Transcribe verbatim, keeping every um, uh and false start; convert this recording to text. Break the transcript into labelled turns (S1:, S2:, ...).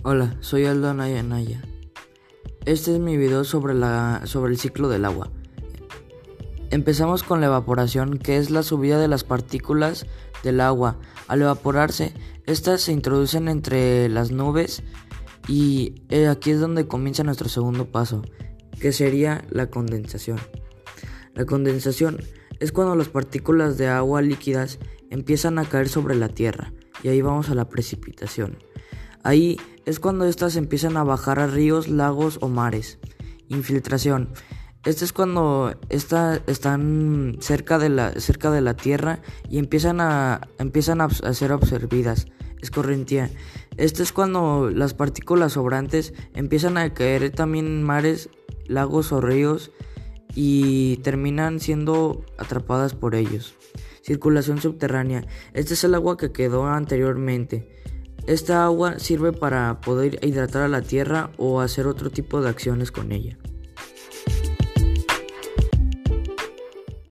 S1: Hola, soy Aldo Anaya Naya. Este es mi video sobre, la, sobre el ciclo del agua. Empezamos con la evaporación, que es la subida de las partículas del agua. Al evaporarse, estas se introducen entre las nubes y eh, aquí es donde comienza nuestro segundo paso, que sería la condensación. La condensación es cuando las partículas de agua líquidas empiezan a caer sobre la tierra y ahí vamos a la precipitación. Ahí es cuando estas empiezan a bajar a ríos, lagos o mares. Infiltración. Este es cuando esta, están cerca de, la, cerca de la tierra y empiezan a, empiezan a, a ser absorbidas. Escorrentía. Este es cuando las partículas sobrantes empiezan a caer también en mares, lagos o ríos y terminan siendo atrapadas por ellos. Circulación subterránea. Este es el agua que quedó anteriormente. Esta agua sirve para poder hidratar a la tierra o hacer otro tipo de acciones con ella.